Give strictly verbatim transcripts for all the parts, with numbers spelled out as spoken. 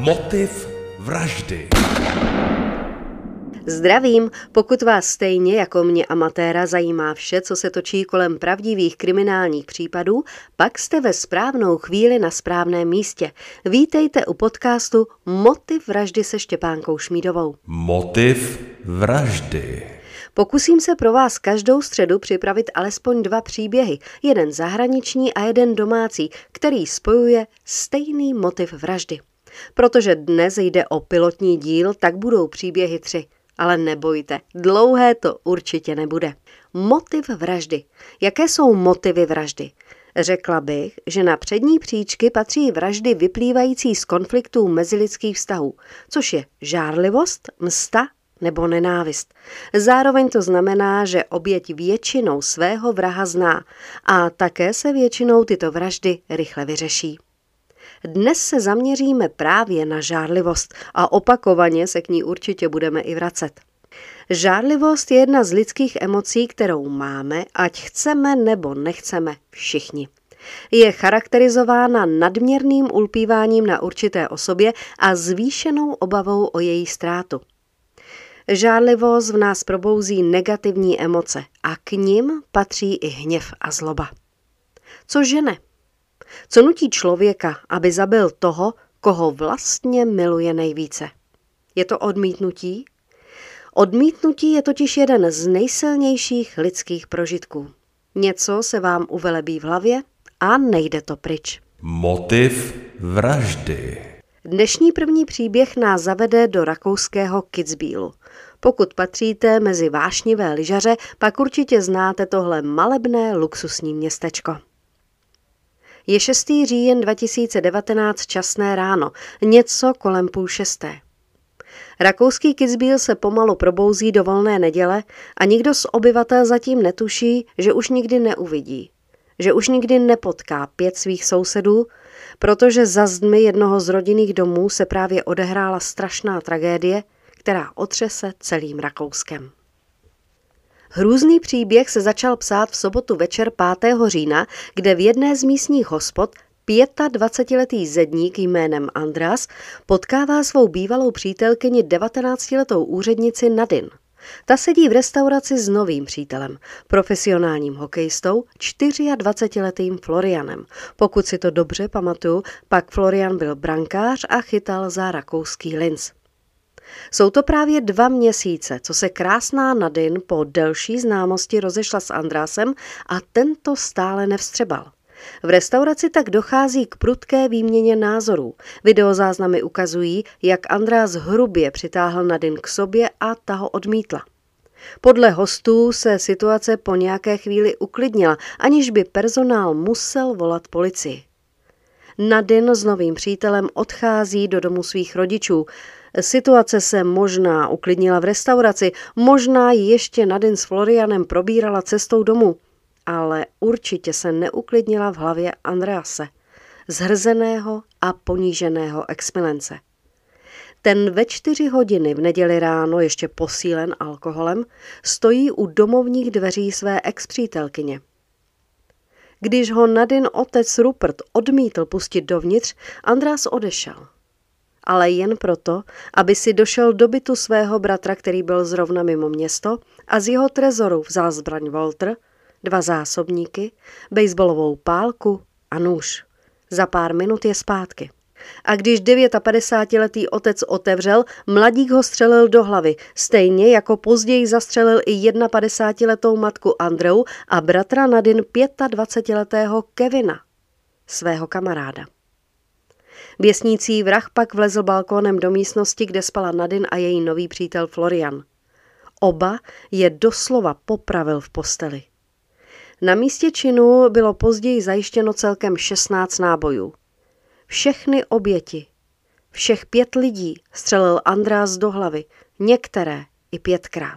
Motiv vraždy. Zdravím, pokud vás stejně jako mě amatéra zajímá vše, co se točí kolem pravdivých kriminálních případů, pak jste ve správnou chvíli na správném místě. Vítejte u podcastu Motiv vraždy se Štěpánkou Šmídovou. Motiv vraždy. Pokusím se pro vás každou středu připravit alespoň dva příběhy, jeden zahraniční a jeden domácí, který spojuje stejný motiv vraždy. Protože dnes jde o pilotní díl, tak budou příběhy tři. Ale nebojte, dlouhé to určitě nebude. Motiv vraždy. Jaké jsou motivy vraždy? Řekla bych, že na přední příčky patří vraždy vyplývající z konfliktů mezilidských vztahů, což je žárlivost, msta nebo nenávist. Zároveň to znamená, že oběť většinou svého vraha zná a také se většinou tyto vraždy rychle vyřeší. Dnes se zaměříme právě na žárlivost a opakovaně se k ní určitě budeme i vracet. Žárlivost je jedna z lidských emocí, kterou máme, ať chceme nebo nechceme všichni. Je charakterizována nadměrným ulpíváním na určité osobě a zvýšenou obavou o její ztrátu. Žárlivost v nás probouzí negativní emoce a k nim patří i hněv a zloba. Co žene? Co nutí člověka, aby zabil toho, koho vlastně miluje nejvíce? Je to odmítnutí? Odmítnutí je totiž jeden z nejsilnějších lidských prožitků. Něco se vám uvelebí v hlavě a nejde to pryč. Motiv vraždy. Dnešní první příběh nás zavede do rakouského Kitzbühelu. Pokud patříte mezi vášnivé lyžaře, pak určitě znáte tohle malebné luxusní městečko. Je šestý říjen dva tisíce devatenáct, časné ráno, něco kolem půl šesté. Rakouský Kitzbühel se pomalu probouzí do volné neděle a nikdo z obyvatel zatím netuší, že už nikdy neuvidí, že už nikdy nepotká pět svých sousedů, protože za zdmi jednoho z rodinných domů se právě odehrála strašná tragédie, která otřese celým Rakouskem. Hrůzný příběh se začal psát v sobotu večer pátého října, kde v jedné z místních hospod dvacetiletý zedník jménem Andreas potkává svou bývalou přítelkyni devatenáctiletou úřednici Nadine. Ta sedí v restauraci s novým přítelem, profesionálním hokejistou, dvacetičtyřletým Florianem. Pokud si to dobře pamatuju, pak Florian byl brankář a chytal za rakouský Linz. Jsou to právě dva měsíce, co se krásná Nadine po delší známosti rozešla s Andreasem a tento stále nevstřebal. V restauraci tak dochází k prudké výměně názorů. Videozáznamy ukazují, jak Andreas hrubě přitáhl Nadine k sobě a ta ho odmítla. Podle hostů se situace po nějaké chvíli uklidnila, aniž by personál musel volat policii. Nadine s novým přítelem odchází do domu svých rodičů. Situace se možná uklidnila v restauraci, možná ještě Nadine s Florianem probírala cestou domů, ale určitě se neuklidnila v hlavě Andrease, zhrzeného a poníženého exmilence. Ten ve čtyři hodiny v neděli ráno, ještě posílen alkoholem, stojí u domovních dveří své expřítelkyně. Když ho Nadine otec Rupert odmítl pustit dovnitř, Andreas odešel. Ale jen proto, aby si došel do bytu svého bratra, který byl zrovna mimo město, a z jeho trezoru vzal zbraň Walter, dva zásobníky, bejsbolovou pálku a nůž. Za pár minut je zpátky. A když padesátidevětiletý otec otevřel, mladík ho střelil do hlavy, stejně jako později zastřelil i padesátijednoletou matku Andreu a bratra Nadine dvacetipětiletého Kevina, svého kamaráda. Běsnící vrah pak vlezl balkónem do místnosti, kde spala Nadine a její nový přítel Florian. Oba je doslova popravil v posteli. Na místě činu bylo později zajištěno celkem šestnáct nábojů. Všechny oběti, všech pět lidí střelil Andreas do hlavy, některé i pětkrát.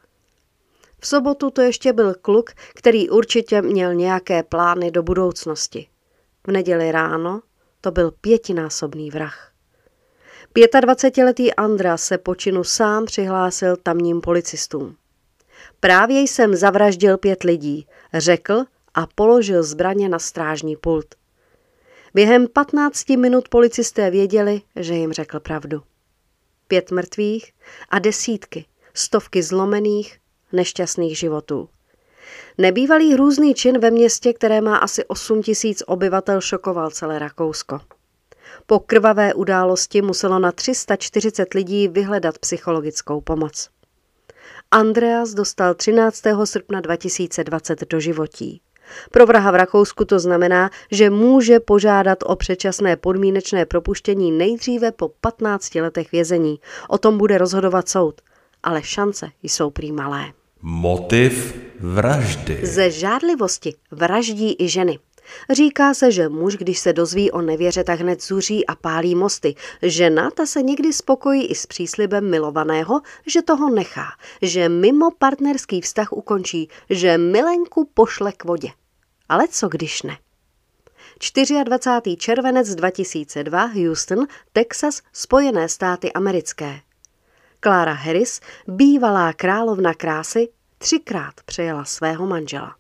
V sobotu to ještě byl kluk, který určitě měl nějaké plány do budoucnosti. V neděli ráno to byl pětinásobný vrah. dvacetiletý Andreas se po činu sám přihlásil tamním policistům. Právě jsem zavraždil pět lidí, řekl a položil zbraně na strážní pult. Během patnácti minut policisté věděli, že jim řekl pravdu. Pět mrtvých a desítky, stovky zlomených, nešťastných životů. Nebývalý hrůzný čin ve městě, které má asi osm tisíc obyvatel, šokoval celé Rakousko. Po krvavé události muselo na tři sta čtyřicet lidí vyhledat psychologickou pomoc. Andreas dostal třináctého srpna dva tisíce dvacet doživotí. Pro vraha v Rakousku to znamená, že může požádat o předčasné podmínečné propuštění nejdříve po patnácti letech vězení. O tom bude rozhodovat soud, ale šance jsou prý malé. Motiv vraždy. Ze žádlivosti vraždí i ženy. Říká se, že muž, když se dozví o nevěře, tak hned zuří a pálí mosty. Žena ta se někdy spokojí i s příslibem milovaného, že toho nechá, že mimo partnerský vztah ukončí, že milenku pošle k vodě. Ale co když ne? dvacátého čtvrtého červenec dva tisíce dva, Houston, Texas, Spojené státy americké. Clara Harris, bývalá královna krásy, třikrát přejela svého manžela.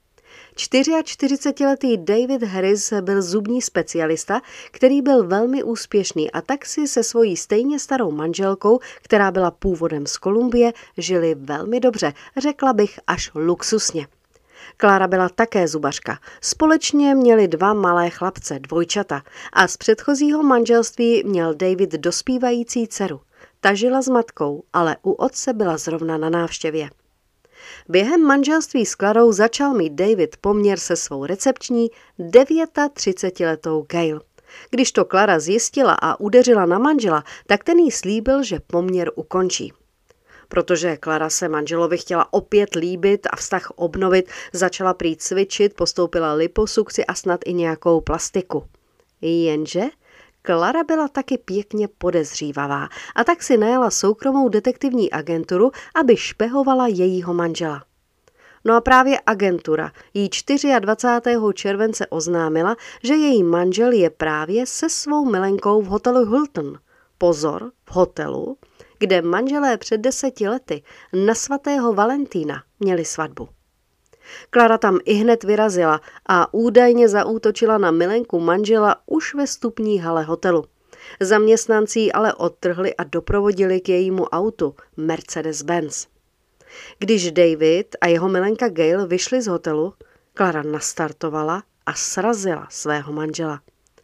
čtyřiačtyřicetiletý David Harris byl zubní specialista, který byl velmi úspěšný a tak si se svojí stejně starou manželkou, která byla původem z Kolumbie, žili velmi dobře, řekla bych až luxusně. Clara byla také zubařka. Společně měli dva malé chlapce, dvojčata, a z předchozího manželství měl David dospívající dceru. Ta žila s matkou, ale u otce byla zrovna na návštěvě. Během manželství s Clarou začal mít David poměr se svou recepční třicetidevětiletou Gail. Když to Clara zjistila a udeřila na manžela, tak ten jí slíbil, že poměr ukončí. Protože Clara se manželovi chtěla opět líbit a vztah obnovit, začala prý cvičit, postoupila liposukci a snad i nějakou plastiku. Jenže Clara byla taky pěkně podezřívavá a tak si najala soukromou detektivní agenturu, aby špehovala jejího manžela. No a právě agentura jí dvacátého čtvrtého července oznámila, že její manžel je právě se svou milenkou v hotelu Hilton. Pozor, v hotelu, kde manželé před deseti lety na svatého Valentína měli svatbu. Clara tam ihned vyrazila a údajně zaútočila na milenku manžela už ve vstupní hale hotelu. Zaměstnanci ji ale odtrhli a doprovodili k jejímu autu Mercedes-Benz. Když David a jeho milenka Gail vyšli z hotelu, Clara nastartovala a srazila svého manžela.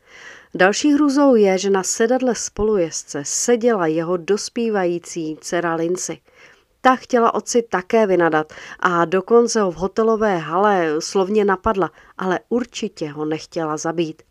Další hrůzou je, že na sedadle spolujezdce seděla jeho dospívající dcera Lindsay. Ta chtěla otci také vynadat a dokonce ho v hotelové hale slovně napadla, ale určitě ho nechtěla zabít.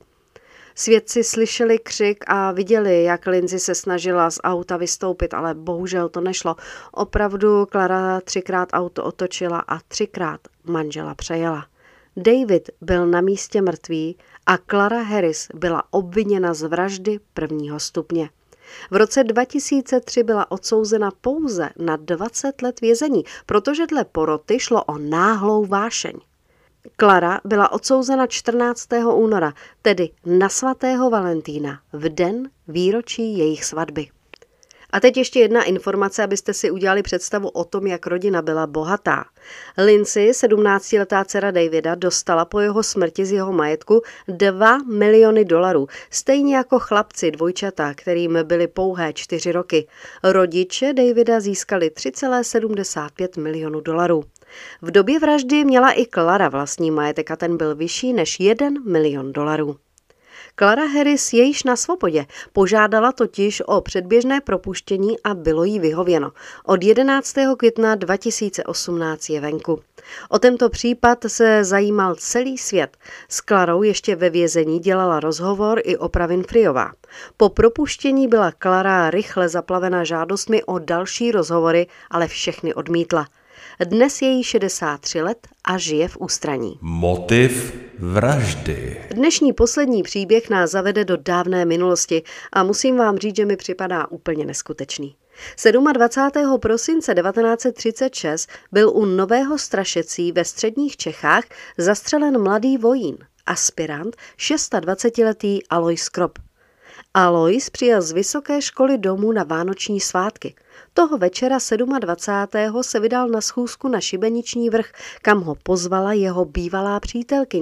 Svědci slyšeli křik a viděli, jak Lindsay se snažila z auta vystoupit, ale bohužel to nešlo. Opravdu Clara třikrát auto otočila a třikrát manžela přejela. David byl na místě mrtvý a Clara Harris byla obviněna z vraždy prvního stupně. V roce dva tisíce tři byla odsouzena pouze na dvacet let vězení, protože dle poroty šlo o náhlou vášeň. Clara byla odsouzena čtrnáctého února, tedy na svatého Valentína, v den výročí jejich svatby. A teď ještě jedna informace, abyste si udělali představu o tom, jak rodina byla bohatá. Lindsay, sedmnáctiletá dcera Davida, dostala po jeho smrti z jeho majetku dva miliony dolarů, stejně jako chlapci dvojčata, kterým byly pouhé čtyři roky. Rodiče Davida získali tři celé sedmdesát pět milionů dolarů. V době vraždy měla i Clara vlastní majetek a ten byl vyšší než jeden milion dolarů. Clara Harris je již na svobodě, požádala totiž o předběžné propuštění a bylo jí vyhověno. Od jedenáctého května dva tisíce osmnáct je venku. O tento případ se zajímal celý svět. S Clarou ještě ve vězení dělala rozhovor i Oprah Winfreyová. Po propuštění byla Clara rychle zaplavena žádostmi o další rozhovory, ale všechny odmítla. Dnes je jí šedesát tři let a žije v ústraní. Motiv vraždy. Dnešní poslední příběh nás zavede do dávné minulosti a musím vám říct, že mi připadá úplně neskutečný. dvacátého sedmého prosince devatenáct set třicet šest byl u Nového Strašecí ve středních Čechách zastřelen mladý vojín, aspirant, dvacetišestiletý Alois Krop. Alois přijel z vysoké školy domů na vánoční svátky. Toho večera dvacátého sedmého se vydal na schůzku na Šibeniční vrch, kam ho pozvala jeho bývalá přítelkyně.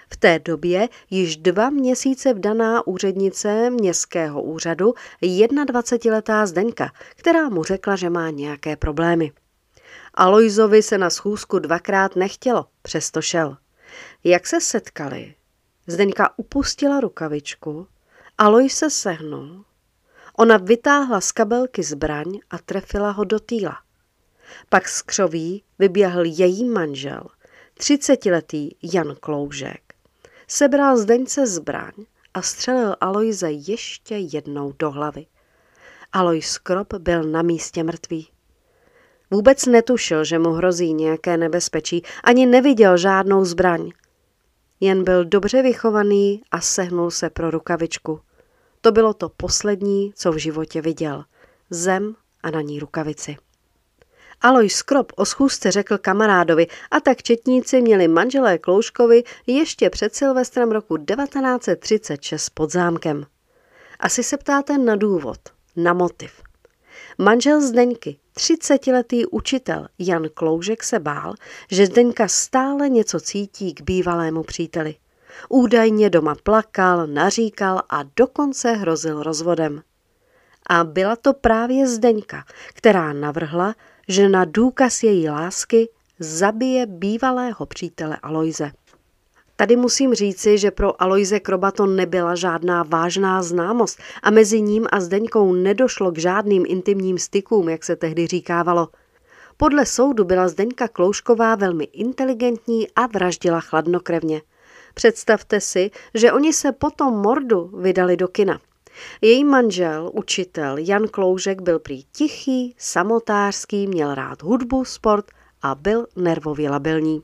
V té době již dva měsíce vdaná úřednice městského úřadu jednadvacetiletá Zdeňka, která mu řekla, že má nějaké problémy. Alojzovi se na schůzku dvakrát nechtělo, přesto šel. Jak se setkali, Zdeňka upustila rukavičku, Alojz se sehnul. Ona vytáhla z kabelky zbraň a trefila ho do týla. Pak z křoví vyběhl její manžel, třicetiletý Jan Kloužek. Sebral Zdeňce zbraň a střelil Alojze ještě jednou do hlavy. Alojz Krop byl na místě mrtvý. Vůbec netušil, že mu hrozí nějaké nebezpečí, ani neviděl žádnou zbraň. Jen byl dobře vychovaný a sehnul se pro rukavičku. To bylo to poslední, co v životě viděl. Zem a na ní rukavici. Alojz Krop o schůzce řekl kamarádovi a tak četníci měli manželé Kloužkovi ještě před Silvestrem roku devatenáct set třicet šest pod zámkem. Asi se ptáte na důvod, na motiv. Manžel Zdeňky, třicetiletý učitel Jan Kloužek se bál, že Zdeňka stále něco cítí k bývalému příteli. Údajně doma plakal, naříkal a dokonce hrozil rozvodem. A byla to právě Zdeňka, která navrhla, že na důkaz její lásky zabije bývalého přítele Alojze. Tady musím říci, že pro Alojze Kroba to nebyla žádná vážná známost a mezi ním a Zdeňkou nedošlo k žádným intimním stykům, jak se tehdy říkávalo. Podle soudu byla Zdeňka Kloužková velmi inteligentní a vraždila chladnokrevně. Představte si, že oni se po tom mordu vydali do kina. Její manžel, učitel Jan Kloužek byl prý tichý, samotářský, měl rád hudbu, sport a byl nervově labilní.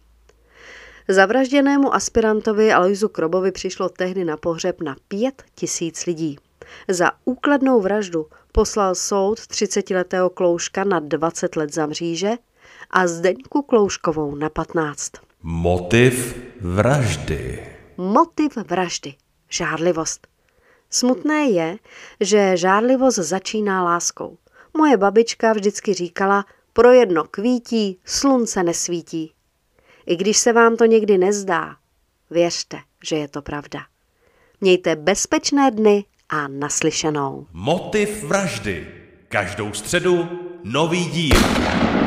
Zavražděnému aspirantovi Alojzu Krobovi přišlo tehdy na pohřeb na pět tisíc lidí. Za úkladnou vraždu poslal soud třicetiletého Kloužka na dvacet let za mříže a Zdeňku Kloužkovou na patnáct. Motiv vraždy. Motiv vraždy. Žárlivost. Smutné je, že žárlivost začíná láskou. Moje babička vždycky říkala, pro jedno kvítí, slunce nesvítí. I když se vám to někdy nezdá, věřte, že je to pravda. Mějte bezpečné dny a naslyšenou. Motiv vraždy. Každou středu nový díl.